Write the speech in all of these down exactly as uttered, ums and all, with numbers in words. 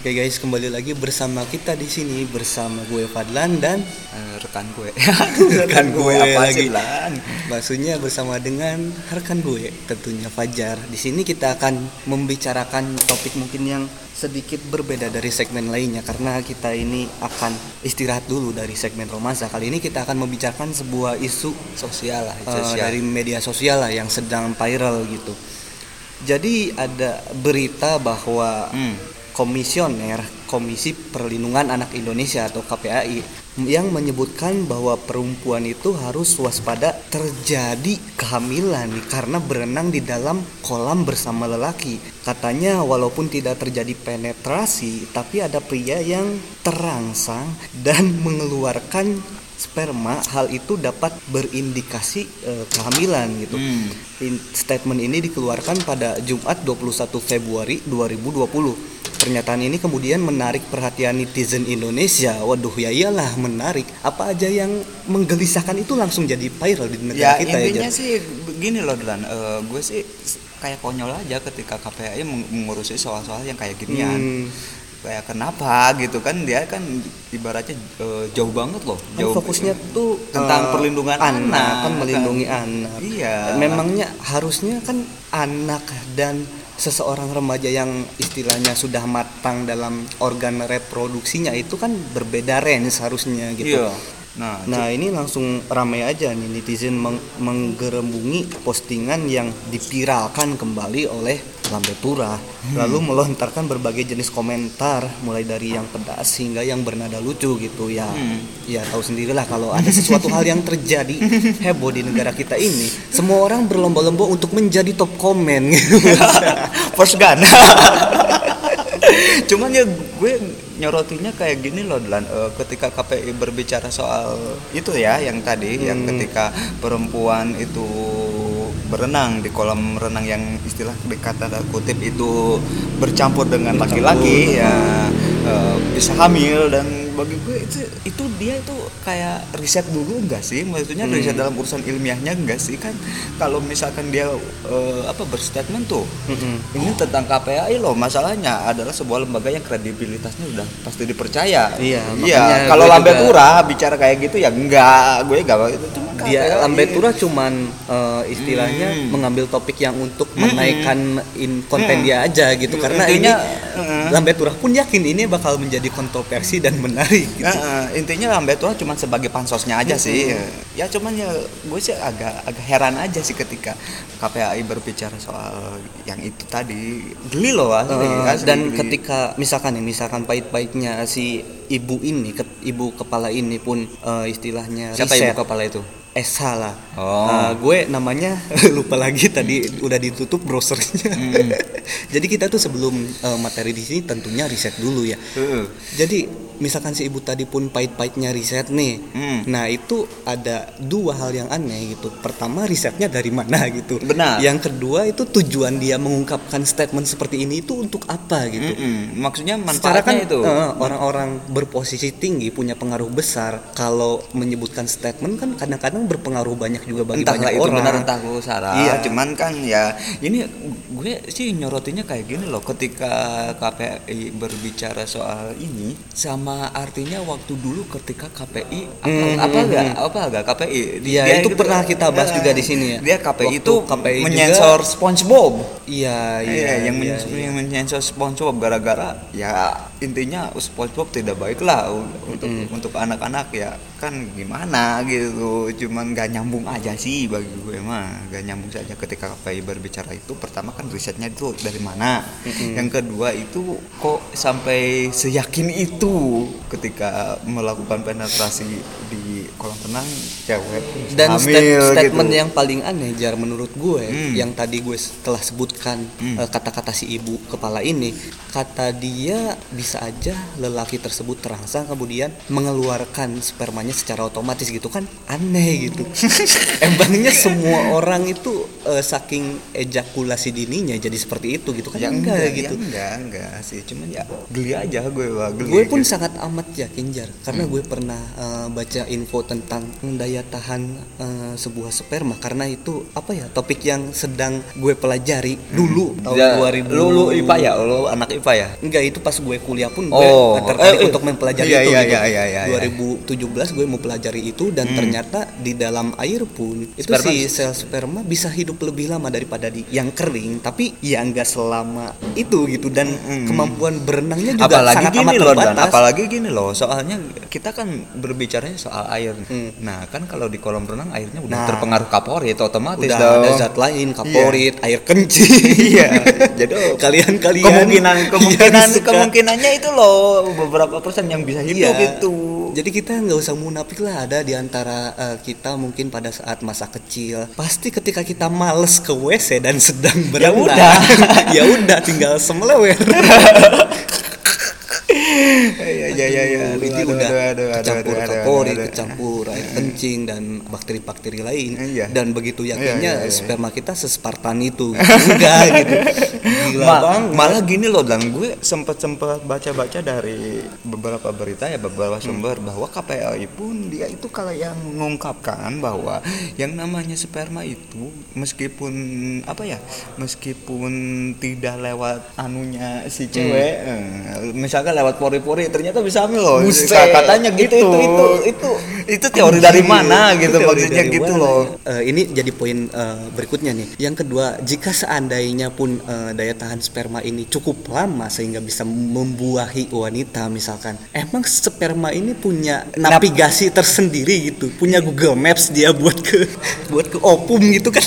Oke guys, kembali lagi bersama kita di sini bersama gue Fadlan dan uh, rekan gue. rekan gue apa lagi. Sih, Lan? Maksudnya bersama dengan rekan gue, tentunya Fajar. Di sini kita akan membicarakan topik mungkin yang sedikit berbeda dari segmen lainnya karena kita ini akan istirahat dulu dari segmen romansa. Kali ini kita akan membicarakan sebuah isu sosial lah, uh, sosial. dari media sosial lah yang sedang viral gitu. Jadi ada berita bahwa hmm. Komisioner Komisi Perlindungan Anak Indonesia atau K P A I yang menyebutkan bahwa perempuan itu harus waspada terjadi kehamilan karena berenang di dalam kolam bersama lelaki. Katanya walaupun tidak terjadi penetrasi, tapi ada pria yang terangsang dan mengeluarkan sperma, hal itu dapat berindikasi uh, kehamilan gitu. Hmm. In, statement ini dikeluarkan pada Jumat dua puluh satu Februari dua ribu dua puluh. Pernyataan ini kemudian menarik perhatian netizen Indonesia. Waduh, ya iyalah menarik. Apa aja yang menggelisahkan itu langsung jadi viral di negara ya, kita ya. Intinya ya, sih begini loh, Dan. Uh, gue sih kayak konyol aja ketika K P A I mengurusi soal-soal yang kayak ginian. Hmm. Kayak kenapa gitu kan, dia kan ibaratnya uh, jauh banget loh, jauh kan fokusnya tuh tentang uh, perlindungan anak, anak kan melindungi kan. anak. Iya. Memangnya harusnya kan anak dan seseorang remaja yang istilahnya sudah matang dalam organ reproduksinya itu kan berbeda range harusnya gitu. Iya. Nah, nah ini langsung ramai aja nih netizen meng- menggerembungi postingan yang dipiralkan kembali oleh Lambe Tura, hmm. lalu melontarkan berbagai jenis komentar mulai dari yang pedas hingga yang bernada lucu gitu ya. Hmm. Ya tahu sendirilah kalau ada sesuatu hal yang terjadi heboh di negara kita ini, semua orang berlomba-lomba untuk menjadi top komen gitu. First gun. Cuman ya gue nyorotinya kayak gini loh, Dan. E, ketika K P I berbicara soal itu ya yang tadi hmm. yang ketika perempuan itu berenang di kolam renang yang istilah berkata kutip itu bercampur dengan bercampur. laki-laki ya e, bisa hamil, dan bagi gue itu itu dia itu kayak riset dulu enggak sih, maksudnya hmm. riset dalam urusan ilmiahnya enggak sih, kan kalau misalkan dia e, apa berstatement tuh hmm. ini tentang K P A I loh, masalahnya adalah sebuah lembaga yang kredibilitasnya udah pasti dipercaya. Iya, iya. Kalau Lambe Tura bicara kayak gitu ya enggak, gue enggak itu cuma dia Lambe Tura cuman uh, istilahnya hmm. mengambil topik yang untuk hmm. menaikkan in konten hmm. dia aja gitu, hmm. karena intinya uh, Lambe Tura pun yakin ini bakal menjadi kontroversi dan menarik gitu. Uh, uh, intinya Lambe Tura cuma sebagai pansosnya aja hmm. sih. Ya cuman ya gue sih agak agak heran aja sih ketika K P A I berbicara soal yang itu tadi. Geli loh asli, uh, asli dan geli. Ketika misalkan nih misalkan pahit-pahitnya si ibu ini ke, ibu kepala ini pun uh, istilahnya siapa riset. Ibu kepala itu? Esa lah. Oh. Uh, gue namanya lupa lagi tadi udah ditutup browsernya. Mm. Jadi kita tuh sebelum uh, materi di sini tentunya riset dulu ya. Uh. Jadi misalkan si ibu tadi pun pahit-pahitnya riset nih. Mm. Nah, itu ada dua hal yang aneh gitu. Pertama, risetnya dari mana gitu. Benar. Yang kedua itu tujuan dia mengungkapkan statement seperti ini itu untuk apa gitu. Mm-mm. Maksudnya manfaatnya kan, itu. Uh, orang-orang berposisi tinggi punya pengaruh besar kalau menyebutkan statement kan kadang-kadang berpengaruh banyak juga bagi entah banyak itu orang. Benar entah gue salah. Iya. Cuman kan ya ini gue sih nyorotinya kayak gini loh, ketika K P I berbicara soal ini sama artinya waktu dulu ketika K P I apa hmm, apa enggak hmm. apa enggak K P I dia, dia itu gitu, pernah kita bahas uh, juga di sini ya. Dia K P I waktu itu K P I menyensor juga, SpongeBob. Iya, iya. iya yang iya, men- iya. menyensor SpongeBob gara-gara ya intinya SpongeBob tidak baik lah untuk mm. untuk anak-anak ya kan, gimana gitu. Cuman gak nyambung aja sih bagi gue mah, gak nyambung saja ketika K P I berbicara itu. Pertama kan risetnya itu dari mana, mm-hmm. yang kedua itu kok sampai seyakin itu ketika melakukan penetrasi di kolam renang cewek dan hamil, statement gitu. Yang paling aneh Jar menurut gue mm. yang tadi gue telah sebutkan mm. uh, kata-kata si ibu kepala ini, kata dia bisa aja lelaki tersebut terangsang kemudian mengeluarkan spermanya secara otomatis gitu kan, aneh gitu. Emangnya semua orang itu uh, saking ejakulasi dininya jadi seperti itu gitu kan? Ya enggak, enggak gitu. Ya enggak, enggak sih, cuman ya geli aja gue, wah, geli. Gue pun gitu. sangat amat yakin Jar, karena hmm. gue pernah uh, baca info tentang tentang daya tahan uh, sebuah sperma, karena itu apa ya, topik yang sedang gue pelajari dulu tahun ya, dua ribu. Lu, lu I P A ya? Lu anak I P A ya? Enggak, itu pas gue kuliah pun gue oh. tertarik eh, eh. untuk mempelajari iya, itu iya, gitu. iya, iya, iya, dua ribu tujuh belas gue mau pelajari itu dan hmm. ternyata di dalam air pun itu sperma. Si sel sperma bisa hidup lebih lama daripada di yang kering, tapi ya enggak selama itu gitu, dan hmm. kemampuan berenangnya juga apalagi sangat gini amat loh, terbatas. Dan apalagi gini loh, soalnya kita kan berbicaranya soal air. Hmm. Nah, kan kalau di kolam renang airnya udah nah, terpengaruh kaporit otomatis udah dong. Ada zat lain, kaporit, iya. Air kencing. Iya. Jadi kalian-kalian kemungkinan kemungkinan kemungkinannya itu loh beberapa persen yang bisa hidup iya. itu. Jadi kita nggak usah munafik lah, ada di antara uh, kita mungkin pada saat masa kecil pasti ketika kita males ke W C dan sedang berenang, ya udah, ya udah tinggal semelewer. ya ya ya ya itu udah kecampur kapori, kecampur air kencing dan bakteri-bakteri lain, iya. Dan begitu yakinnya iya, iya, iya. sperma kita sespartan itu enggak gitu. Gila Ma- bang. Malah gini loh, dan gue sempat-sempat baca-baca dari beberapa berita ya, beberapa sumber hmm. bahwa K P A I pun dia itu kalau yang mengungkapkan bahwa yang namanya sperma itu meskipun apa ya, meskipun tidak lewat anunya si cewek, hmm. misalkan lewat pori-pori ternyata bisa hamil loh. Buset, katanya gitu. Itu itu itu, itu teori oh, dari mana gitu maksudnya gitu mana? Loh. Uh, ini jadi poin uh, berikutnya nih. Yang kedua, jika seandainya pun uh, daya tahan sperma ini cukup lama sehingga bisa membuahi wanita misalkan, emang sperma ini punya navigasi tersendiri gitu, punya Google Maps dia buat ke buat ke opum gitu kan.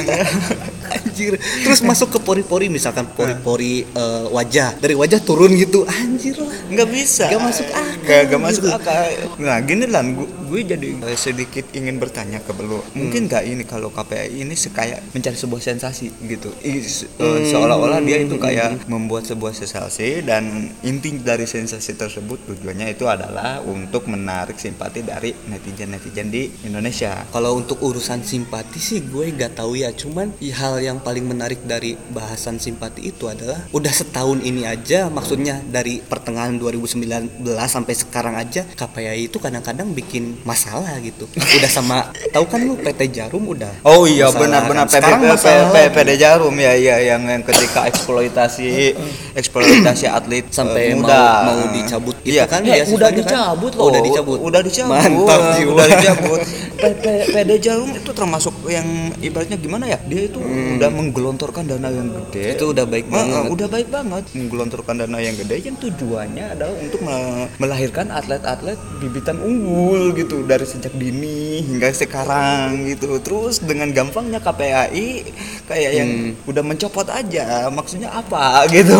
Anjir. Terus masuk ke pori-pori misalkan pori-pori uh, wajah, dari wajah turun gitu. Anjir lah. Nggak bisa. Nggak masuk akal. Nggak, nggak masuk gitu. akal. Nah gini lah, gue, gue jadi sedikit ingin bertanya ke lu. Mungkin nggak hmm. ini kalau K P A I ini kayak mencari sebuah sensasi gitu. Hmm. Seolah-olah dia itu kayak hmm. membuat sebuah sensasi, dan inti dari sensasi tersebut tujuannya itu adalah untuk menarik simpati dari netizen-netizen di Indonesia. Kalau untuk urusan simpati sih gue nggak tahu ya. Cuman hal yang paling menarik dari bahasan simpati itu adalah udah setahun ini aja, maksudnya dari pertengahan dua ribu sembilan belas sampai sekarang aja K P A I itu kadang-kadang bikin masalah gitu. Udah sama tahu kan lu P T Jarum udah. Oh iya benar-benar kan. P T Jarum ya ya yang yang ketika eksploitasi eksploitasi atlet sampai uh, muda mau, mau dicabut itu iya. kan ya, udah dicabut kan? loh. Oh, udah dicabut. Udah dicabut. Mantap jiwa. Udah dicabut. P T Jarum itu termasuk yang ibaratnya gimana ya? Dia itu hmm. udah menggelontorkan dana yang gede. Itu udah baik Ma- banget. Udah baik banget menggelontorkan dana yang gede yang tujuannya adalah untuk melahirkan atlet-atlet bibitan unggul gitu dari sejak dini hingga sekarang gitu. Terus dengan gampangnya K P A I kayak yang hmm. udah mencopot aja. Maksudnya apa gitu.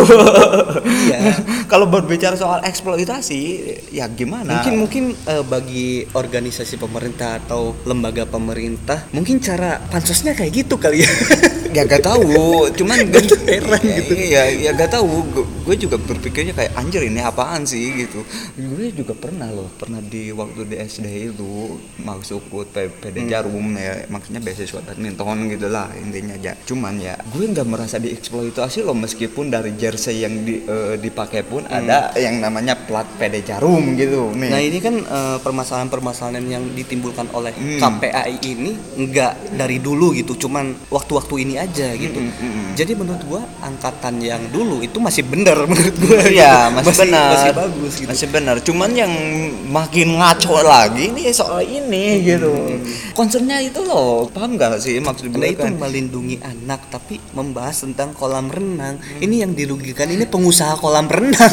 Iya. Kalau berbicara soal eksploitasi ya gimana? Mungkin mungkin uh, bagi organisasi pemerintah atau lembaga pemerintah mungkin cara pansosnya kayak gitu kali ya. Ya gak tahu, cuman gue heran gitu. Iya, ya gak tahu. Gue juga berpikirnya kayak anjir ini apaan sih gitu. Gue juga pernah loh, pernah di waktu di S D itu masuk P D Jarum hmm. ya, maksudnya beasiswa badminton gitu lah intinya aja. Cuman ya, gue nggak merasa dieksploitasi loh, meskipun dari jersey yang di, uh, dipakai pun hmm. ada yang namanya plat P D Jarum gitu. Nih. Nah ini kan uh, permasalahan-permasalahan yang ditimbulkan oleh hmm. K P A I ini nggak dari dulu gitu, cuman waktu-waktu ini aja gitu. Mm, mm, mm. Jadi menurut gua angkatan yang dulu itu masih benar menurut gua. Iya, masih, masih benar. Masih bagus gitu. Masih benar. Cuman yang makin ngaco lagi nih soal ini gitu. Mm. Concernnya itu loh, paham enggak sih maksud gue? Nah, itu melindungi anak tapi membahas tentang kolam renang. Mm. Ini yang dirugikan ini pengusaha kolam renang.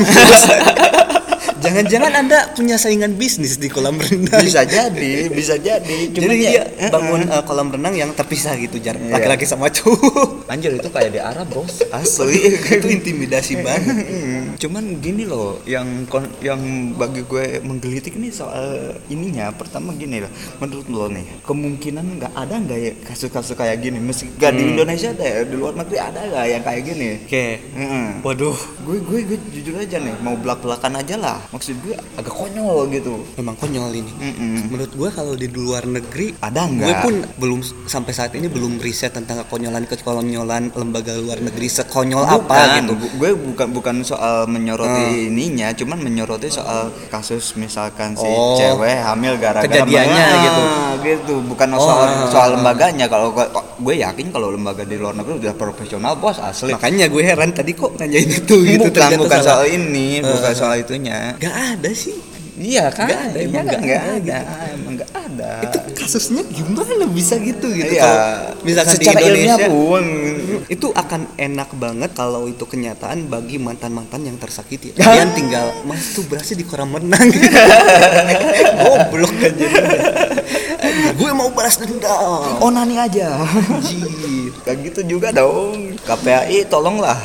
Jangan-jangan Anda punya saingan bisnis di kolam renang. Bisa jadi, bisa jadi. Cuma jadi dia ya, bangun uh, kolam renang yang terpisah gitu, jarak iya. laki-laki sama cowok. Anjir itu kayak di Arab, Bos. Asli. Itu intimidasi banget. Cuman gini loh, yang yang bagi gue menggelitik nih soal ininya. Pertama gini lah, menurut lo nih, kemungkinan nggak ada nggak ya kasus-kasus kayak gini? Meski nggak hmm. di Indonesia ada ya, di luar negeri ada nggak yang kayak gini? Oke. Okay. Hmm. Waduh, gue gue gue jujur aja nih, mau belak-belakan aja lah. maksud gue agak konyol gitu. Memang konyol ini. Mm-mm. Menurut gue kalau di luar negeri Ada nggak? gue pun belum sampai saat ini belum riset tentang kekonyolan kekonyolan lembaga luar negeri sekonyol Bukan, apa gitu. bu- gue bukan bukan soal menyoroti Hmm. ininya, cuman menyoroti soal kasus misalkan si Oh, cewek hamil gara-gara kejadiannya Ah, gitu. gitu, bukan Oh, soal ah, soal ah. lembaganya. Kalau gue, gue yakin kalau lembaga di luar negeri udah profesional bos asli. Makanya gue heran tadi kok nanyain itu gitu. bukan ternyata bukan salah. soal ini, bukan Eh. soal itunya. Gak ada sih. Iya kan? Nggak ada, Iya emang kan? nggak nggak ada, ada, gitu. emang nggak ada. Itu kasusnya gimana bisa gitu gitu. Iya. Kalau misalkan di Secara ilmiah Indonesia pun itu akan enak banget kalau itu kenyataan bagi mantan-mantan yang tersakiti. Kalian tinggal mas tuh berhasil di kolam renang. Goblok kan jadinya. Gue mau balas dendam. onani aja. Anjir. Kayak gitu juga dong. K P A I tolonglah.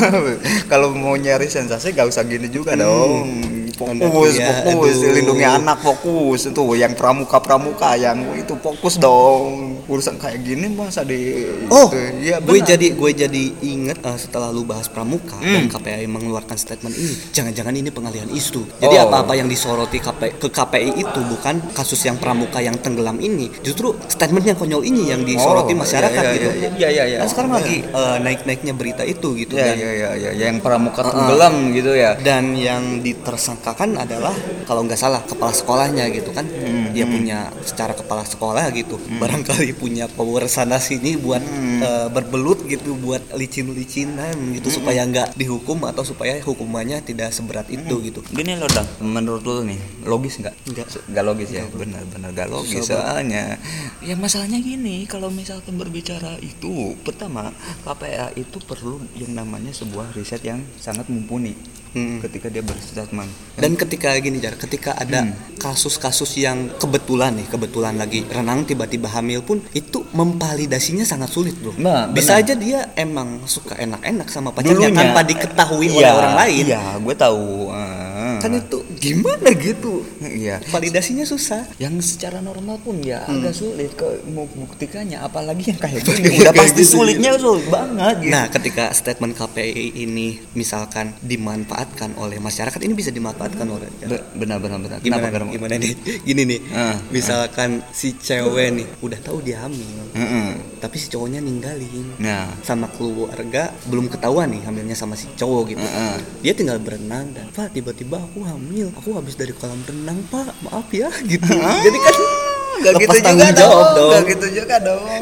Kalau mau nyari sensasi gak usah gini juga dong. Fokus, Iya, fokus, aduh. lindungi anak, fokus. Itu yang pramuka-pramuka yang itu fokus dong. Urusan kayak gini masa di Oh, itu. Iya, gue benar. jadi gue jadi inget uh, setelah lu bahas pramuka dan Hmm. K P I mengeluarkan statement ini, jangan-jangan ini pengalihan isu. Jadi Oh. apa-apa yang disoroti K P I, ke K P I itu bukan kasus yang pramuka yang tenggelam ini, justru statement yang konyol ini yang disoroti Oh, masyarakat iya, iya, gitu. iya, iya, iya. Kan sekarang lagi uh, naik-naiknya berita itu gitu Iya, kan. iya, iya, iya, yang pramuka tenggelam gitu ya. Dan yang ditersangkakan adalah kalau nggak salah kepala sekolahnya gitu kan. Hmm, Dia hmm. punya secara kepala sekolah gitu. Barangkali punya power sana sini buat Hmm. uh, berbelut gitu, buat licin-licinan gitu supaya nggak dihukum atau supaya hukumannya tidak seberat itu gitu. Gini loh Dang, menurut lo nih logis nggak? Nggak. Nggak logis ya, benar-benar nggak logis. Susah Soalnya, ya masalahnya gini, kalau misalkan berbicara itu, pertama K P A itu perlu yang namanya sebuah riset yang sangat mumpuni Hmm. ketika dia berstatement. Dan ketika gini Jar, ketika ada Hmm. kasus-kasus yang kebetulan nih, kebetulan lagi renang tiba-tiba hamil pun itu memvalidasinya sangat sulit bro. Nah, Bisa benar. aja dia emang suka enak-enak sama pacarnya Dulunya. tanpa diketahui oleh Iya, orang lain. Iya, gue tahu. Ah. Kan itu gimana gitu? Iya. Validasinya susah. Yang secara normal pun ya Hmm. agak sulit ke mau buktikannya, apalagi yang kayak gini udah pasti Gitu, sulitnya sulit banget gitu. Nah, ketika statement K P I ini misalkan dimanfaatkan oleh masyarakat, ini bisa dimanfaatkan oleh Be- benar benar benar. gimana, Kenapa? gimana nih? Gini nih. Ah, misalkan si cewek nih udah tahu dia hamil, Heeh. tapi si cowoknya ninggalin. Nah, Sama keluarga belum ketahuan nih hamilnya sama si cowok gitu. Heeh. Dia tinggal berenang dan Pak tiba-tiba aku hamil, aku habis dari kolam renang Pak, maaf ya gitu. Jadi kan Gak lepas gitu juga tanggung jawab dong. Gak gitu juga dong.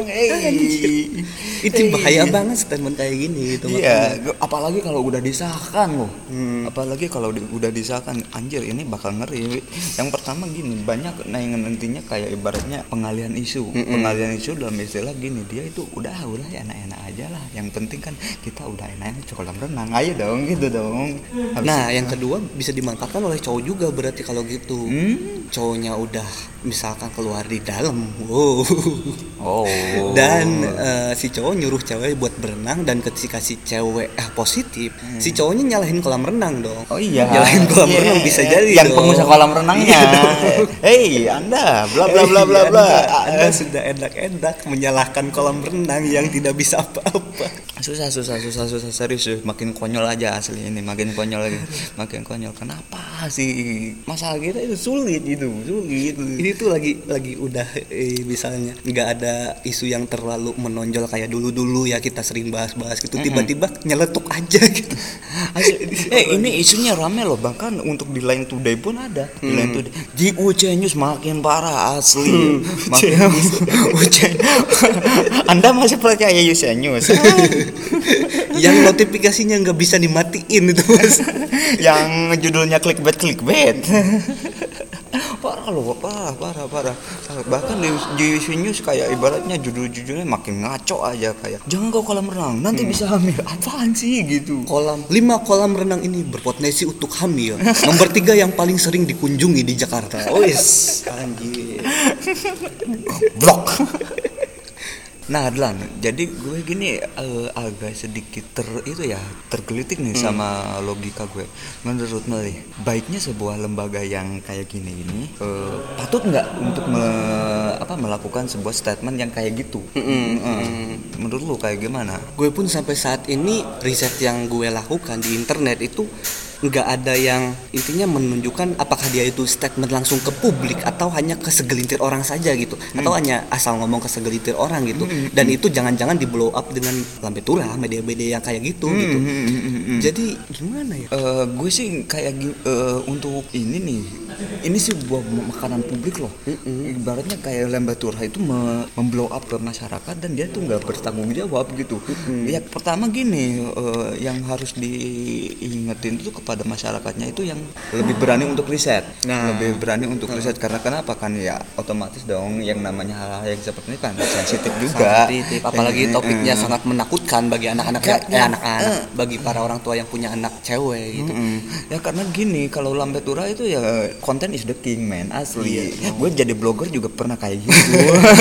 Hey. Itu Hey. bahaya banget statement kayak gini gitu. Iya, ge- apalagi kalau udah disahkan loh. Hmm. Apalagi kalau di- udah disahkan, anjir ini bakal ngeri. Yang pertama gini, banyak nah yang nantinya kayak ibaratnya pengalihan isu. Mm-mm. Pengalihan isu dalam istilah gini, dia itu udah udah ya enak-enak aja lah. Yang penting kan kita udah enak-enak di kolam renang. Ayo dong gitu dong. Habis Nah, itu- yang kedua bisa dimanfaatkan oleh cowok juga berarti kalau gitu. Hmm? Cowoknya udah misalkan keluar di dalam. Wow. Oh. Dan eh, si cowok nyuruh cewek buat berenang dan ketika si cewek eh positif, si cowoknya nyalahin kolam renang dong. Oh iya. Nyalahin kolam Iya, renang bisa iya. jadi Yang dong. pengusaha kolam renangnya. Iya dong. Hei, Anda bla bla bla bla Eh, bla. Anda, Anda sudah enak-enak menyalahkan kolam renang yang tidak bisa apa-apa. Susah susah susah susah serius, serius. Makin konyol aja asli ini, makin konyol lagi. Makin konyol. Kenapa sih masalah kita itu sulit gitu, sulit. Ini tuh lagi lagi udah eh, misalnya nggak ada isu yang terlalu menonjol kayak dulu-dulu ya kita sering bahas-bahas gitu, tiba-tiba nyeletuk aja gitu. Eh ini isunya rame loh, bahkan untuk di Line Today pun ada. Di Line Today di U C News makin parah asli. Makin U C. Anda masih percaya U C News? Yang notifikasinya nggak bisa dimatiin itu mas. Yang judulnya clickbait clickbait. Parah loh, parah, parah, parah. Bahkan di, di U C News kayak ibaratnya judul-judulnya makin ngaco aja, kayak jangan kau kolam renang nanti bisa hamil. Apaan sih gitu? Kolam lima kolam renang ini berpotensi untuk hamil. Nomor tiga yang paling sering dikunjungi di Jakarta. Wis anjir. Blok. Nah, Adlan, jadi gue gini eh, agak sedikit ter itu ya tergelitik nih sama logika gue. Menurut Meli, baiknya sebuah lembaga yang kayak gini ini eh, patut nggak untuk me- apa melakukan sebuah statement yang kayak gitu? Eh, Menurut lu kayak gimana? Gue pun sampai saat ini riset yang gue lakukan di internet itu nggak ada yang intinya menunjukkan apakah dia itu statement langsung ke publik atau hanya ke segelintir orang saja gitu, hmm. atau hanya asal ngomong ke segelintir orang gitu, hmm. dan itu jangan-jangan di blow up dengan lambe tura, media-media yang kayak gitu hmm. gitu. Hmm. Hmm. Jadi gimana ya? Uh, gue sih kayak uh, untuk ini nih, ini sih buah makanan publik loh. Hmm. Ibaratnya kayak lambe tura itu me- memblow up ke masyarakat dan dia tuh nggak bertanggung jawab gitu. Hmm. Ya pertama gini, uh, yang harus diingetin itu kepada masyarakatnya itu yang lebih berani untuk riset. Nah, lebih berani untuk nah. riset karena kenapa kan ya otomatis dong yang namanya hal-hal yang seperti ini kan sensitif juga. Sensitif, apalagi topiknya uh, sangat menakutkan bagi anak-anak ya, eh, anak-anak uh, bagi para orang tua yang punya anak cewek gitu. Uh, ya karena gini, kalau lambe tura itu ya konten is the king man asli. Iya, gue jadi blogger juga pernah kayak gitu.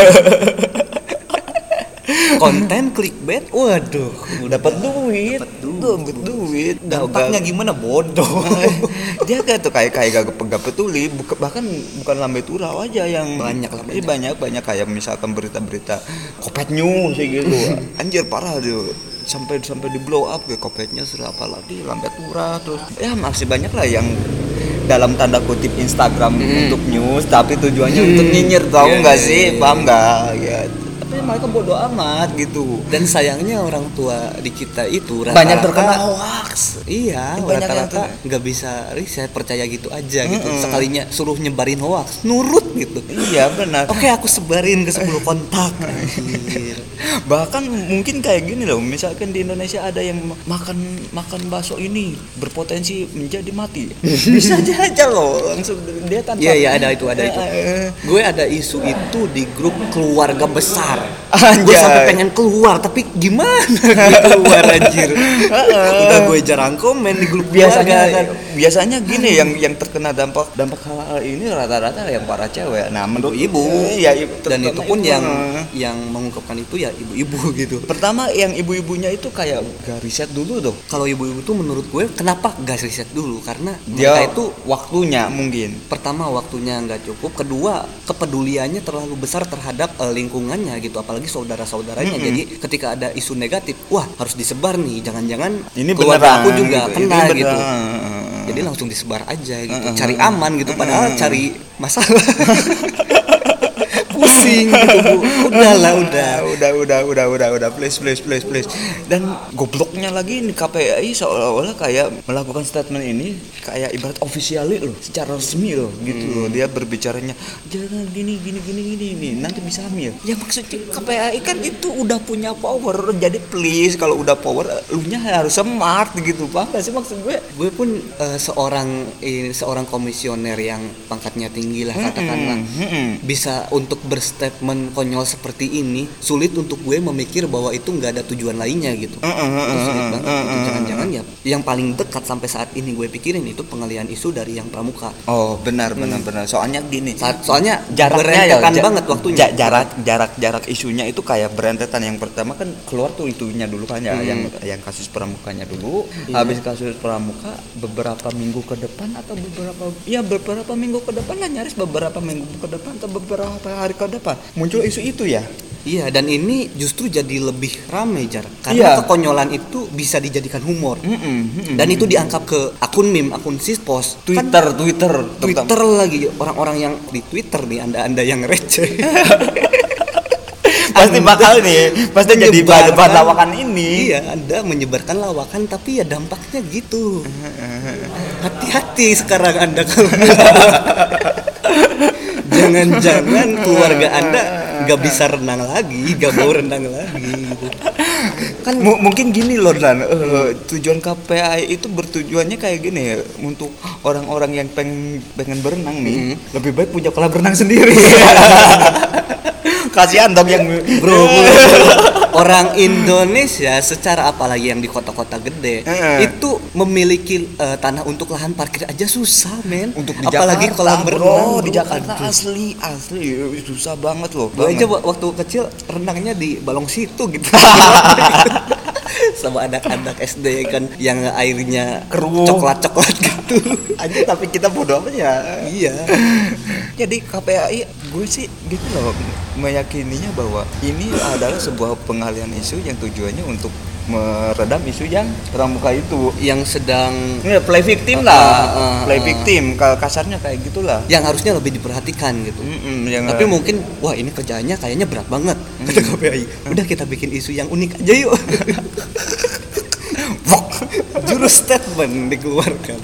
Konten clickbait, waduh, dapat duit, dapat duit. Dampaknya gimana bodoh. Dia kayak tuh kayak kayak gak pegang petuli, bahkan bukan lambe tura aja yang banyak lah. Banyak. banyak banyak kayak misalkan berita-berita Kopet News gitu. Anjir parah tuh. Sampai sampai di blow up ke Kopetnya sudah apalagi lambe tura terus. Ya masih banyak lah yang dalam tanda kutip Instagram hmm. untuk news tapi tujuannya hmm. untuk nyinyir, tahu nggak yeah, sih? Yeah, paham nggak? Ya. Mereka bodoh amat gitu. Dan sayangnya orang tua di kita itu rata-rata banyak terkena hoax. Iya, rata-rata nggak bisa riset, percaya gitu aja gitu. Mm-mm. Sekalinya suruh nyebarin hoax, nurut gitu. Iya benar. Oke, aku sebarin ke sepuluh kontak. Bahkan mungkin kayak gini loh, misalkan di Indonesia ada yang makan makan bakso ini berpotensi menjadi mati. Bisa aja loh, langsung dia tanpa. Iya, iya ada itu, ada itu. Gue ada isu itu di grup keluarga besar. Gue sampai pengen keluar tapi gimana gue keluar anjir. Udah gue jarang komen di grup biasanya. Biasanya gini yang yang terkena dampak dampak hal ini rata-rata yang para cewek. Nah, menurut ibu, ya ibu, dan itu pun ibu. yang yang mengungkapkan itu ya ibu-ibu gitu. Pertama yang ibu-ibunya itu kayak gak riset dulu dong. Kalau ibu-ibu tuh menurut gue kenapa gak riset dulu? Karena dia mereka itu waktunya mungkin. Pertama waktunya nggak cukup, kedua kepeduliannya terlalu besar terhadap uh, lingkungannya gitu, apalagi saudara-saudaranya. Mm-hmm. Jadi ketika ada isu negatif, wah harus disebar nih, jangan-jangan ini keluarga aku juga gitu. kena gitu. Jadi langsung disebar aja gitu, cari aman gitu, padahal cari masalah. Pusing gitu bu, udahlah udah udah udah udah udah udah please please please please. Dan gobloknya lagi nih K P I seolah-olah kayak melakukan statement ini kayak ibarat officially loh, secara resmi loh gitu hmm. loh. Dia berbicaranya jangan gini gini gini gini ini nanti bisa hamil. Ya maksudnya K P I kan itu udah punya power, jadi please kalau udah power lu nya harus smart gitu, paham gak sih maksud gue? Gue pun uh, seorang eh, seorang komisioner yang pangkatnya tinggi lah katakanlah, hmm. bisa untuk berstatement konyol seperti ini, sulit untuk gue memikir bahwa itu nggak ada tujuan lainnya gitu. Uh, uh, uh, itu sulit banget. Uh, uh, uh, Jangan-jangan ya yang paling dekat sampai saat ini gue pikirin itu pengalihan isu dari yang pramuka. Oh benar benar hmm. benar. Soalnya gini. Sa- soalnya jaraknya ya j- banget waktunya. J- jarak jarak jarak isunya itu kayak berentetan. Yang pertama kan keluar tuh itunya dulu kan ya, hmm. yang yang kasus pramukanya dulu. Yeah. Habis kasus pramuka beberapa minggu ke depan atau beberapa ya beberapa minggu ke depan lah, nyaris beberapa minggu ke depan atau beberapa hari ke depan muncul isu itu ya. Iya, dan ini justru jadi lebih ramai Jar, karena iya. kekonyolan itu bisa dijadikan humor. Mm-mm, mm-mm, dan itu diangkat ke akun meme, akun sispos, Twitter, kan, Twitter, Twitter tetap. Lagi orang-orang yang di Twitter nih, anda-anda yang receh. Pasti bakal nih, pasti jadi bahan lawakan ini. Iya, Anda menyebarkan lawakan tapi ya dampaknya gitu. Hati-hati sekarang Anda kalau jangan-jangan keluarga Anda nggak bisa renang lagi, nggak mau renang lagi gitu. Kan M- mungkin gini loh Dan, uh, tujuan K P I itu bertujuannya kayak gini ya, untuk orang-orang yang pengen pengen berenang nih, hmm. lebih baik punya kolam renang sendiri. Kasihan dong yang bro, orang Indonesia secara apalagi yang di kota-kota gede uh-uh. itu memiliki uh, tanah untuk lahan parkir aja susah men, untuk di apalagi Jakarta, kolam berenang di Jakarta. Aduh. asli asli susah banget loh. Gue aja waktu kecil renangnya di balong situ gitu. Sama anak-anak S D kan yang airnya keruh coklat-coklat gitu aja, tapi kita bodoh amat ya. Iya. Jadi K P I gue sih gitu loh, meyakininya bahwa ini adalah sebuah pengalihan isu yang tujuannya untuk meredam isu yang pramuka itu, yang sedang ya, play victim uh, lah, uh, uh, play uh, victim, kalau kasarnya kayak gitulah. Yang harusnya lebih diperhatikan gitu. Mm-mm, yang Tapi mungkin wah ini kerjaannya kayaknya berat banget kata K P A I. Udah kita bikin isu yang unik aja yuk. Jurus statement dikeluarkan.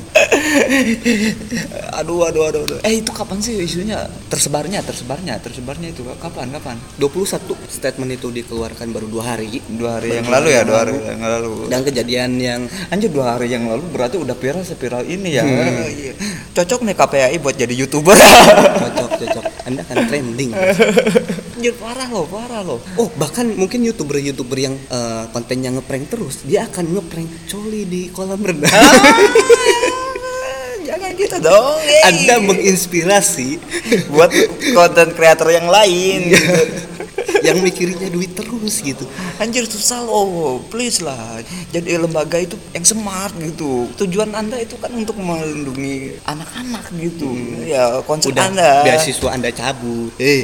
aduh, aduh, aduh, aduh. Eh itu kapan sih isunya tersebarnya, tersebarnya, tersebarnya itu kapan, kapan? dua puluh satu statement itu dikeluarkan baru dua hari. Dua hari yang lalu ya, dua hari yang lalu. Dan kejadian yang anjir dua hari yang lalu berarti udah viral seviral ini ya. Hmm. Cocok nih K P A I buat jadi YouTuber. cocok, cocok. Anda kan trending. Anjir parah loh, parah loh. Oh, bahkan mungkin YouTuber-YouTuber yang uh, kontennya ngeprank terus, dia akan ngeprank coli di kolam renang. Jangan gitu dong. Anda menginspirasi buat konten kreator yang lain gitu. Yang mikirnya duit terus gitu. Anjir susah loh, please lah. Jadi lembaga itu yang smart gitu. Tujuan Anda itu kan untuk melindungi anak-anak gitu. Hmm. Ya konsep Udah, Anda. beasiswa Anda cabut. Eh,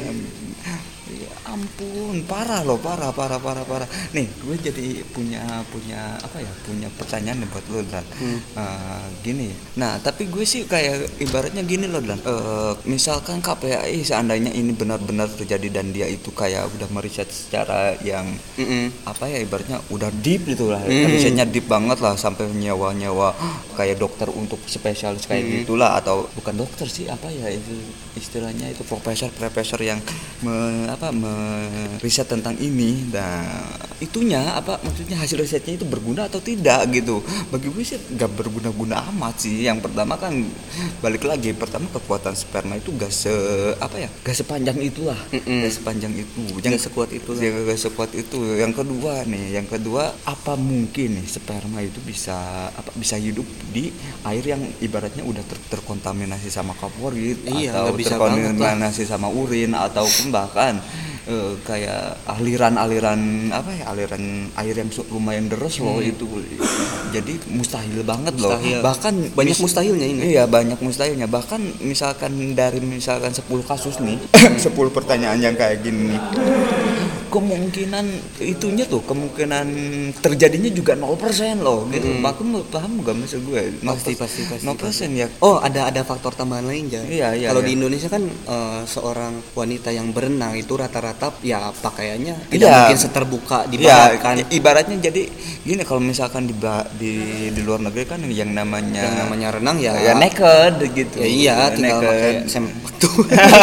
ampun, parah loh, parah, parah, parah, parah. Nih, gue jadi punya punya apa ya? Punya pertanyaan nih buat lo, Dan. Hmm. Uh, gini. Nah, tapi gue sih kayak ibaratnya gini loh, Dan. Uh, misalkan K P A I seandainya ini benar-benar terjadi dan dia itu kayak udah meriset secara yang mm-mm. apa ya ibaratnya udah deep gitu lah. Mm. Risetnya deep banget lah sampai nyewa-nyewa kayak dokter untuk spesialis kayak mm. gitulah, atau bukan dokter sih, apa ya itu istilahnya itu profesor-profesor yang me, apa me riset tentang ini. Nah itunya apa maksudnya hasil risetnya itu berguna atau tidak gitu. Bagi gue sih gak berguna-guna amat sih. Yang pertama kan balik lagi, pertama kekuatan sperma itu gak se apa ya gak sepanjang itulah. Mm-mm. Gak sepanjang itu, jangan sekuat itu lah. Gak sekuat itu. Yang kedua nih yang kedua apa mungkin nih sperma itu bisa apa bisa hidup di air yang ibaratnya udah ter- terkontaminasi sama kapur gitu. Iya, atau terkontaminasi sama urin, ataupun bahkan Uh, kayak aliran-aliran apa ya aliran air yang lumayan deras loh. Hmm. Itu jadi mustahil banget mustahil. Loh, bahkan banyak mis- mustahilnya ini. Iya banyak mustahilnya, bahkan misalkan dari misalkan sepuluh kasus nih sepuluh pertanyaan yang kayak gini nih, kemungkinan itunya tuh kemungkinan terjadinya juga nol persen loh gitu. Hmm. Aku paham gak maksud gue? Pasti pasti pasti. nol persen ya. Oh, ada ada faktor tambahan lain ya. Iya, iya, kalau iya. di Indonesia kan uh, seorang wanita yang berenang itu rata-rata ya pakaiannya tidak ya, mungkin seterbuka di barat kan. Ya, ibaratnya jadi gini, kalau misalkan di di di luar negeri kan yang namanya yang namanya renang ya ya naked gitu. Ya iya, tinggal pakai sempak tuh.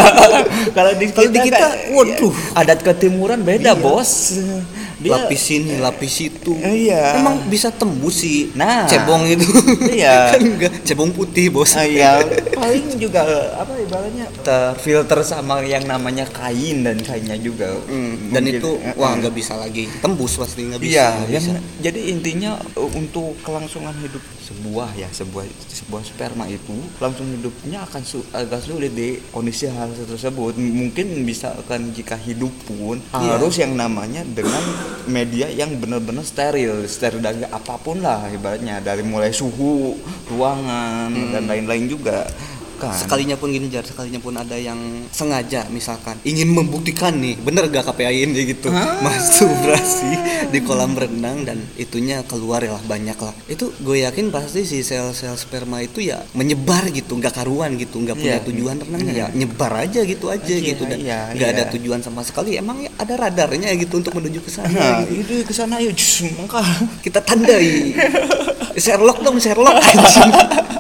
Kalau di kita, di kita waduh, adat ketimuran beda, iya. Bos. Dia, lapis sini, lapis itu. Iya. Emang bisa tembus sih. Nah, cebong itu. Iya. Kan enggak, cebong putih, Bos. Ah, iya. Paling juga apa ibaratnya terfilter sama yang namanya kain dan kainnya juga. Hmm. Dan mungkin, itu uh, wah nggak bisa lagi tembus, pasti nggak bisa. Iya, gak yang, bisa. Jadi intinya untuk kelangsungan hidup sebuah ya sebuah sebuah sperma itu langsung hidupnya akan su, agak sulit di kondisi hal tersebut. Mungkin bisa akan jika hidup pun iya. harus yang namanya dengan media yang benar-benar steril, steril dari apapun lah ibaratnya, dari mulai suhu ruangan hmm. dan lain-lain juga. Kan. Sekalinya pun gini Jar, sekalinya pun ada yang sengaja misalkan ingin membuktikan nih bener gak K P A I ini gitu ah. masturbasi di kolam renang dan itunya keluar lah banyak lah. Itu gue yakin pasti si sel-sel sperma itu ya menyebar gitu, gak karuan gitu, gak punya yeah. tujuan renangnya yeah. ya nyebar aja gitu aja yeah, gitu dan yeah, gak yeah. ada tujuan sama sekali. Emang ya ada radarnya gitu untuk menuju ke sana. Nah, gitu. Itu ke sana yuk, maka kita tandai. Sherlock dong, Sherlock anjing.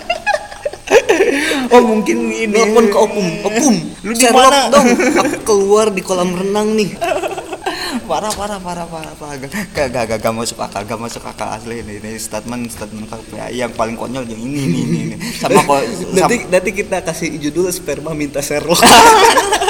Oh mungkin ini nelpon ke opum, opum, lu Sherlock dong, aku keluar di kolam renang nih. Parah parah parah parah parah gak gak gak, gak masuk akal, gak masuk akal asli ini, ini statement statement K P A I yang paling konyol yang ini ini ini, ini. Sama kok nanti nanti kita kasih judul sperma minta Sherlock.